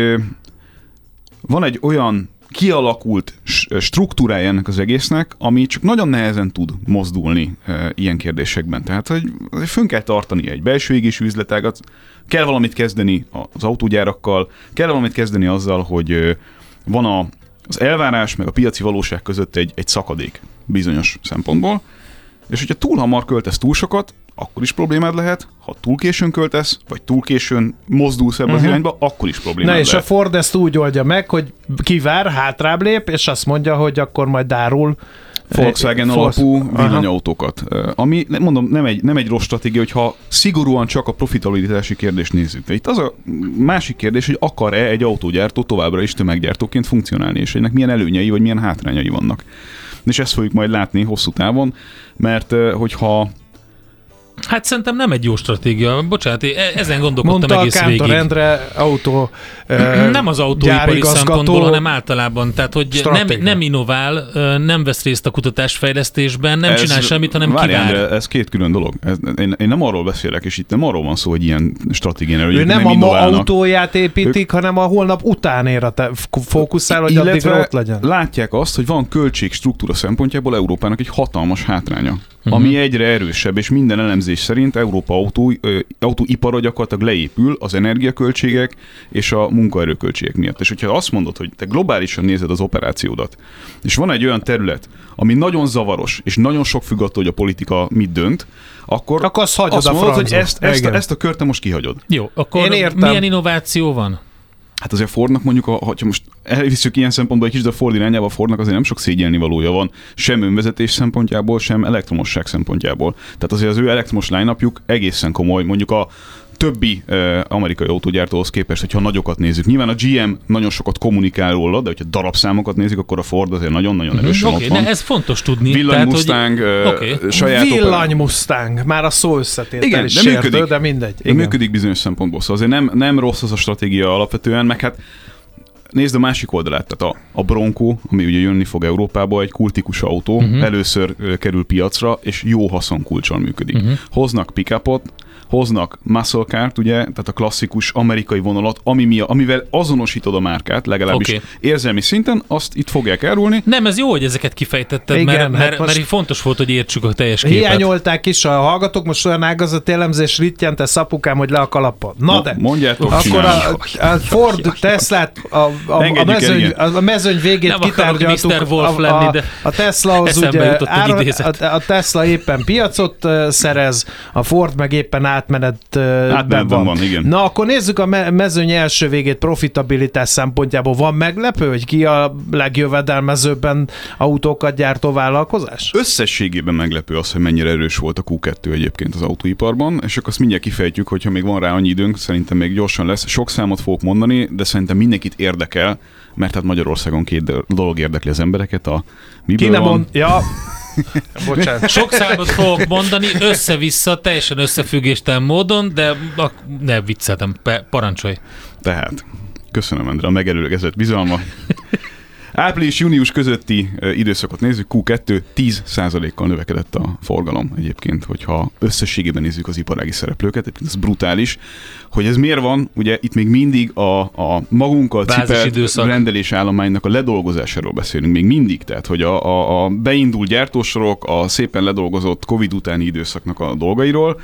van egy olyan kialakult struktúrája ennek az egésznek, ami csak nagyon nehezen tud mozdulni e, ilyen kérdésekben. Tehát, hogy fönn kell tartani egy belső égésű üzletágat, kell valamit kezdeni az autógyárakkal, kell valamit kezdeni azzal, hogy van a, az elvárás meg a piaci valóság között egy, egy szakadék bizonyos szempontból, és hogyha túl hamar költesz túl sokat, akkor is problémád lehet, ha túl későn költesz, vagy túl későn mozdulsz ebbe uh-huh. az irányba, akkor is problémád Na és lehet. a Ford ezt úgy oldja meg, hogy kivár, hátrább lép, és azt mondja, hogy akkor majd dárul. Volkswagen Eh, alapú Aha. villanyautókat. Ami, mondom, nem egy, nem egy rossz stratégia, hogyha szigorúan csak a profitabilitási kérdést nézzük. De itt az a másik kérdés, hogy akar-e egy autógyártó továbbra is tömeggyártóként funkcionálni, és ennek milyen előnyei, vagy milyen hátrányai vannak. És ezt fogjuk majd látni hosszú távon, mert hogyha Hát szerintem nem egy jó stratégia. Bocsánat, én e- ezen gondolkodtam Mondta a egész Kántor végig. Endre autó Nem az autóipari szempontból, hanem általában. Tehát, hogy nem, nem innovál, nem vesz részt a kutatásfejlesztésben, nem ez, csinál semmit, hanem várj, kivár. Endre, ez két külön dolog. Ez, én, én nem arról beszélek, és itt nem arról van szó, hogy ilyen stratégián Ő nem, nem a ma autóját építik, ők... hanem a holnap utánére te fókuszál, hogy addigra ott legyen. Látják azt, hogy van költség struktúra szempontjából Európának egy hatalmas hátránya, uh-huh. ami egyre erősebb, és minden elemzés elemzés szerint Európa autó, autóipara gyakorlatilag leépül az energiaköltségek és a munkaerőköltségek miatt. És hogyha azt mondod, hogy te globálisan nézed az operációdat, és van egy olyan terület, ami nagyon zavaros, és nagyon sok függ attól, hogy a politika mit dönt, akkor, akkor azt, azt a mondod, hogy ezt, ezt, a, ezt a kört te most kihagyod. Jó, akkor Én értem. milyen innováció van? Hát azért a Fordnak mondjuk, ha most elviszük ilyen szempontból egy kicsit a Ford irányába, a Fordnak azért nem sok szégyelni valója van, sem önvezetés szempontjából, sem elektromosság szempontjából. Tehát azért az ő elektromos line-upjuk egészen komoly, mondjuk a többi uh, amerikai autógyártóhoz képest, hogyha nagyokat nézzük. Nyilván a gé em nagyon sokat kommunikál róla, de hogyha darabszámokat nézik, akkor a Ford azért nagyon-nagyon erősen Oké, ott van. de ez fontos tudni. Villany tehát, Mustang, hogy... uh, okay. saját Villany Mustang, már a szó összetétel igen, is de sértő, működik. de mindegy. De működik bizonyos szempontból. Szóval azért nem, nem rossz az a stratégia alapvetően, meg hát nézd a másik oldalát, tehát a, a Bronco, ami ugye jönni fog Európába, egy kultikus autó, uh-huh. először uh, kerül piacra, és jó haszonkulccsal működik. Uh-huh. Hoznak pick-upot, hoznak muscle car-t, ugye, tehát a klasszikus amerikai vonalat, ami mi, amivel azonosítod a márkát, legalábbis okay. érzelmi szinten, azt itt fogják elrúlni. Nem, ez jó, hogy ezeket kifejtetted, igen, mert, mert, hát mert fontos volt, hogy értsük a teljes képet. Hiányolták is a hallgatók, most olyan ágazati elemzés rittyente szapukám, hogy le a kalappal. Na, Na de, mondjátok, akkor a, a Ford Teslát a, a, a, mezőny, a mezőny végét nem kitárgyaltuk. miszter Wolf a, lenni, a, de a Teslahoz ugye, ára, a, a Tesla éppen piacot uh, szerez, a Ford meg éppen átmenetben van. van igen. Na, akkor nézzük a me- mezőny első végét profitabilitás szempontjából. Van meglepő, hogy ki a legjövedelmezőbben autókat gyártó vállalkozás? Összességében meglepő az, hogy mennyire erős volt a kú kettő egyébként az autóiparban, és akkor azt mindjárt kifejtjük, hogyha még van rá annyi időnk, szerintem még gyorsan lesz. Sok számot fogok mondani, de szerintem mindenkit érdekel, mert hát Magyarországon két dolog érdekli az embereket. A miből Ki nem van... mond... Ja. Bocsánat. Sok számot fogok mondani, össze-vissza, teljesen összefüggéstelen módon, de ne vicceltem, parancsolj. Tehát, köszönöm, Endre, a megelőlegezett bizalma. Április-június közötti időszakot nézzük, kú kettő tíz százalékkal növekedett a forgalom egyébként, hogyha összességében nézzük az iparági szereplőket, egyébként ez brutális. Hogy ez miért van, ugye itt még mindig a, a magunkkal cipelt rendelésállománynak a ledolgozásáról beszélünk, még mindig, tehát hogy a, a, a beindult gyártósorok, a szépen ledolgozott Covid utáni időszaknak a dolgairól.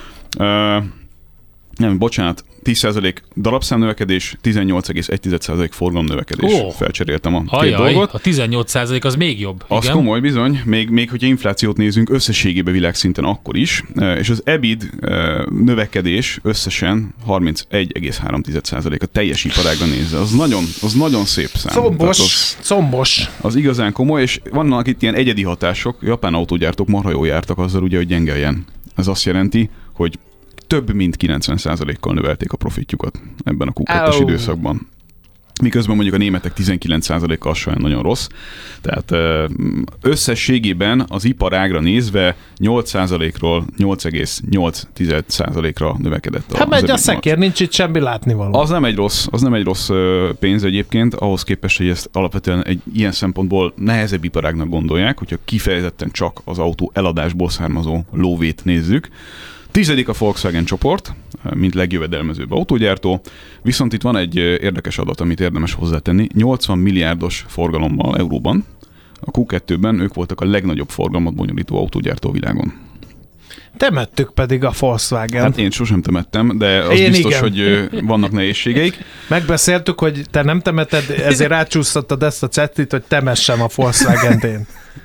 Uh, nem, bocsánat, tíz százalék darabszámnövekedés, tizennyolc egész egy százalék forgalomnövekedés. Oh. Felcseréltem a Ajaj, két dolgot. A tizennyolc százalék az még jobb. Az igen? Komoly bizony, még, még hogyha inflációt nézünk összességében világszinten akkor is, és az E B I D növekedés összesen harmincegy egész három százalék a teljes iparágra nézve. Az nagyon, az nagyon szép szám. Combos, az, combos. Az igazán komoly, és vannak itt ilyen egyedi hatások, japán autógyártók marha jól jártak azzal ugye, hogy gyenge a jen. Ez azt jelenti, hogy több mint kilencven százalékkal növelték a profitjukat ebben a kú kettes oh. időszakban. Miközben mondjuk a németek tizenkilenc százalékkal sem nagyon rossz. Tehát összességében az iparágra nézve nyolc százalékról nyolc egész nyolc százalékra növekedett. Hát megy a szekér, nincs itt semmi látnivaló. Az nem egy rossz, az nem egy rossz pénz egyébként, ahhoz képest, hogy ezt alapvetően egy ilyen szempontból nehezebb iparágnak gondolják, hogyha kifejezetten csak az autó eladásból származó lóvét nézzük. Tizedik a Volkswagen csoport, mint legjövedelmezőbb autógyártó, viszont itt van egy érdekes adat, amit érdemes hozzátenni. nyolcvan milliárdos forgalommal euróban, a kú kettőben ők voltak a legnagyobb forgalmat bonyolító autógyártó világon. Temettük pedig a Volkswagen. Hát én sosem temettem, de az én biztos, igen. hogy vannak nehézségeik. Megbeszéltük, hogy te nem temeted, ezért rácsúsztattad ezt a cetlit, hogy temessem a Volkswagen-t én.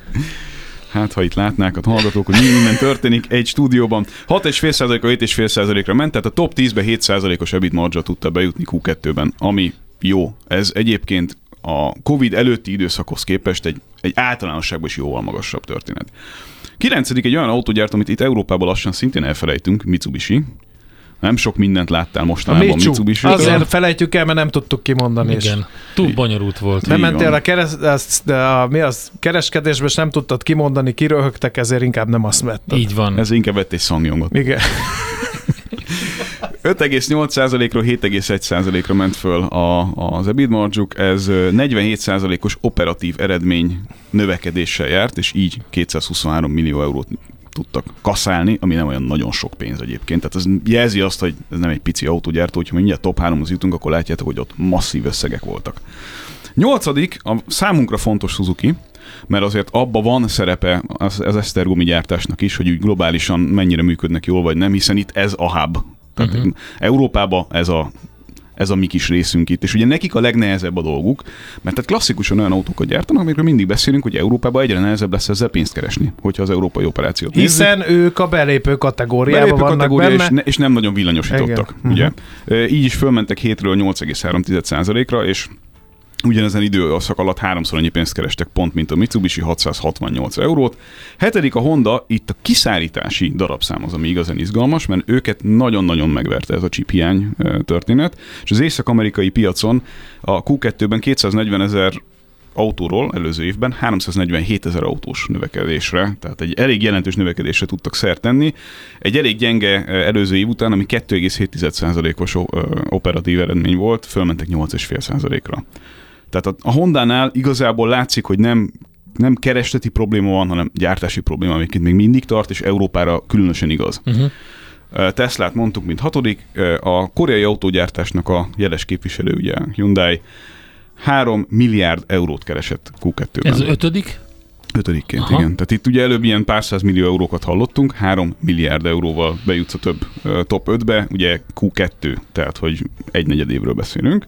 Hát, ha itt látnák a hallgatók, hogy mi minden történik egy stúdióban. hat egész öt százalékra, hét egész öt százalékra ment, tehát a top tízbe hét százalékos E B I T margin tudta bejutni kú kettőben, ami jó. Ez egyébként a Covid előtti időszakhoz képest egy, egy általánosságban is jóval magasabb történet. Kilencedik egy olyan autógyártó, amit itt Európában lassan szintén elfelejtünk, Mitsubishi. Nem sok mindent láttál mostanában a Mitsubishi. Azért felejtjük el, mert nem tudtuk kimondani. Igen, is. Túl bonyolult volt. Nem mentél a, keres, azt, a, mi az, kereskedésbe, és nem tudtad kimondani, kiröhögtek, ezért inkább nem azt vetted. Így van. Ez inkább vett egy szangjongot. Igen. öt egész nyolc százalékról hét egész egy százalékra ment föl a, az E B I T margjuk, ez negyvenhét százalékos operatív eredmény növekedéssel járt, és így kétszázhuszonhárom millió eurót tudtak kaszálni, ami nem olyan nagyon sok pénz egyébként. Tehát ez jelzi azt, hogy ez nem egy pici autógyártó, hogyha mindjárt top háromhoz jutunk, akkor látjátok, hogy ott masszív összegek voltak. Nyolcadik, a számunkra fontos Suzuki, mert azért abba van szerepe az, az esztergomi gyártásnak is, hogy úgy globálisan mennyire működnek jól vagy nem, hiszen itt ez a hub. Tehát uh-huh. Európában ez a ez a mi kis részünk itt. És ugye nekik a legnehezebb a dolguk, mert tehát klasszikusan olyan autókat gyártanak, amikről mindig beszélünk, hogy Európában egyre nehezebb lesz ezzel pénzt keresni, hogyha az európai operációt Hiszen nézzük. ők a belépő kategóriában belépő vannak kategória benne. És, ne, és nem nagyon villanyosítottak. Ugye? Uh-huh. Így is fölmentek hétről nyolc egész három százalékra, és ugyanezen időszak alatt háromszor annyi pénzt kerestek pont, mint a Mitsubishi, hatszázhatvannyolc eurót. Hetedik a Honda, itt a kiszállítási darabszám az, ami igazán izgalmas, mert őket nagyon-nagyon megverte ez a chip hiány történet, és az észak-amerikai piacon a kú kettőben kétszáznegyvenezer autóról előző évben háromszáznegyvenhétezer autós növekedésre, tehát egy elég jelentős növekedésre tudtak szert tenni. Egy elég gyenge előző év után, ami kettő egész hét százalékos operatív eredmény volt, fölmentek nyolc egész öt százalékra. Tehát a Hondánál igazából látszik, hogy nem, nem keresleti probléma van, hanem gyártási probléma, amiket még mindig tart, és Európára különösen igaz. Uh-huh. Teslát mondtuk, mint hatodik. A koreai autógyártásnak a jeles képviselő, ugye Hyundai, három milliárd eurót keresett kú kettőben. Ez ötödik? Ötödikként, Aha. igen. Tehát itt ugye előbb ilyen pár száz millió eurókat hallottunk, három milliárd euróval bejutsz a több top ötbe, ugye kú kettő, tehát hogy egy negyed évről beszélünk.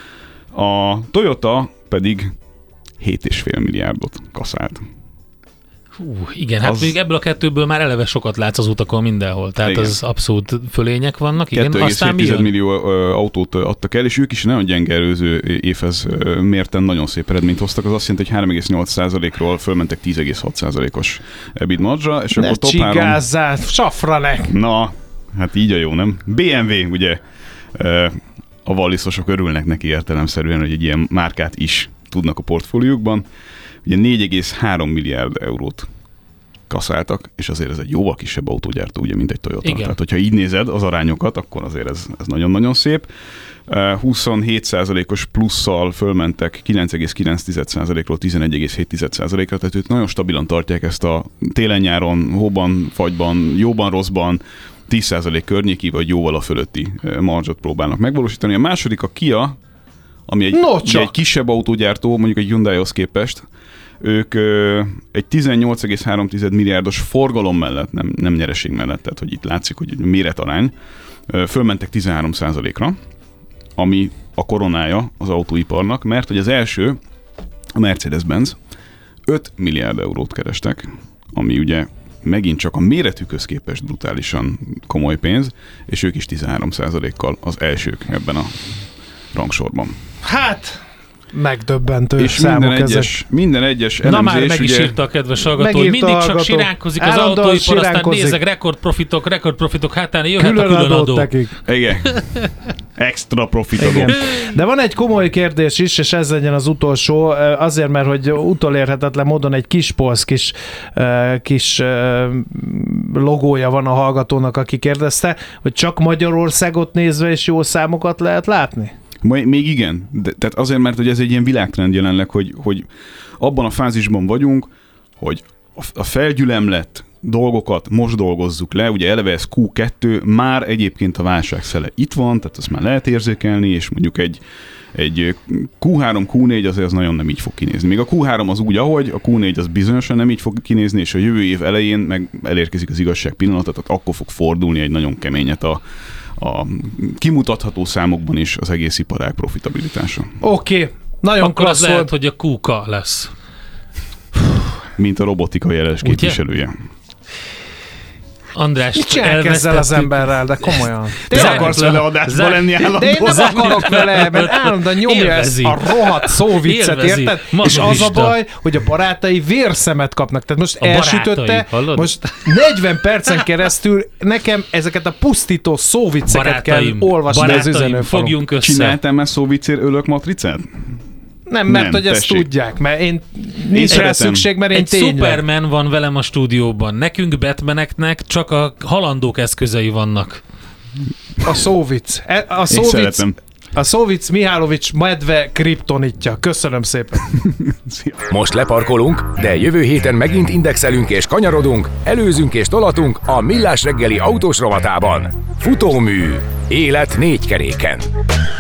A Toyota pedig hét egész öt milliárdot kaszált. Hú, igen, hát az... még ebből a kettőből már eleve sokat látsz az utakon mindenhol, tehát igen. Az abszolút fölények vannak. Igen, kettő egész hét millió autót adtak el, és ők is nagyon gyenge előző évhez mérten nagyon szép eredményt hoztak, az azt jelenti, hogy három egész nyolc százalékról fölmentek tíz egész hat százalékos E B I T mardzsra, és ne akkor top három... csigázzál, safranek! Na, hát így a jó, nem? bé em vé, ugye, a wallisosok örülnek neki értelemszerűen, hogy egy ilyen márkát is tudnak a portfóliókban. Ugye négy egész három milliárd eurót kaszáltak, és azért ez egy jóval kisebb autógyártó, ugye, mint egy Toyota. Igen. Tehát, hogyha így nézed az arányokat, akkor azért ez, ez nagyon-nagyon szép. huszonhét százalékos plusszal fölmentek kilenc egész kilenc százalékról tizenegy egész hét százalékra, tehát ők nagyon stabilan tartják ezt a télen-nyáron, hóban, fagyban, jóban, rosszban, tíz százalék környéki, vagy jóval a fölötti marzsot próbálnak megvalósítani. A második a Kia, ami egy, no, egy kisebb autógyártó, mondjuk egy Hyundaihoz képest. Ők ö, egy tizennyolc egész három milliárdos forgalom mellett, nem, nem nyereség mellett, tehát hogy itt látszik, hogy méretarány, ö, fölmentek tizenhárom százalékra, ami a koronája az autóiparnak, mert hogy az első, a Mercedes-Benz öt milliárd eurót kerestek, ami ugye megint csak a méretükhöz képest brutálisan komoly pénz, és ők is tizenhárom százalékkal az elsők ebben a rangsorban. Hát, megdöbbentő és számok minden egyes, ezek. minden egyes elemzés... Na már meg is ugye, írta a kedves hallgató, hogy mindig csak siránkozik az autóipar, aztán nézek, rekordprofitok, rekordprofitok hátán, jöhet külön a különadó. Igen. Extra profitok. De van egy komoly kérdés is, és ez legyen az utolsó, azért, mert hogy utolérhetetlen módon egy kis polsz kis, kis logója van a hallgatónak, aki kérdezte, hogy csak Magyarországot nézve is jó számokat lehet látni? Még igen, de, tehát azért, mert hogy ez egy ilyen világtrend jelenleg, hogy, hogy abban a fázisban vagyunk, hogy a felgyülemlett dolgokat most dolgozzuk le, ugye eleve ez kú kettő, már egyébként a válság szele itt van, tehát azt már lehet érzékelni, és mondjuk egy, egy kú három, kú négy azért az nagyon nem így fog kinézni. Még a kú három az úgy, ahogy, a kú négy az bizonyosan nem így fog kinézni, és a jövő év elején meg elérkezik az igazság pillanata, tehát akkor fog fordulni egy nagyon keményet a a kimutatható számokban is az egész iparág profitabilitása. Oké, okay. Nagyon akkor klassz az lehet, volt. hogy a kúka lesz. Mint a robotika jeles képviselője. András, mit csinálják ezzel az emberrel, de komolyan. Te akarsz vele adásba lenni állandóan. De én nem akarok vele, mert állandóan nyomja ezt a rohadt szóviccet, érted? És az a baj, hogy a barátai vérszemet kapnak. Tehát most a elsütötte, barátai, most negyven percen keresztül nekem ezeket a pusztító szóvicceket barátaim, kell olvasni barátaim, az üzenőfalon. Fogjunk össze. Csináltam már szóviccér ölök matricát? Nem, mert nem, hogy ezt tessék. Tudják, mert én nincs rá szükség, mert én egy tényleg. Egy Superman van velem a stúdióban. Nekünk Batmaneknek csak a halandók eszközei vannak. A szóvic. A szóvic, a szóvic Mihálovics medve kriptonitja. Köszönöm szépen. Most leparkolunk, de jövő héten megint indexelünk és kanyarodunk, előzünk és tolatunk a Millás reggeli autós rovatában. Futómű. Élet négy keréken.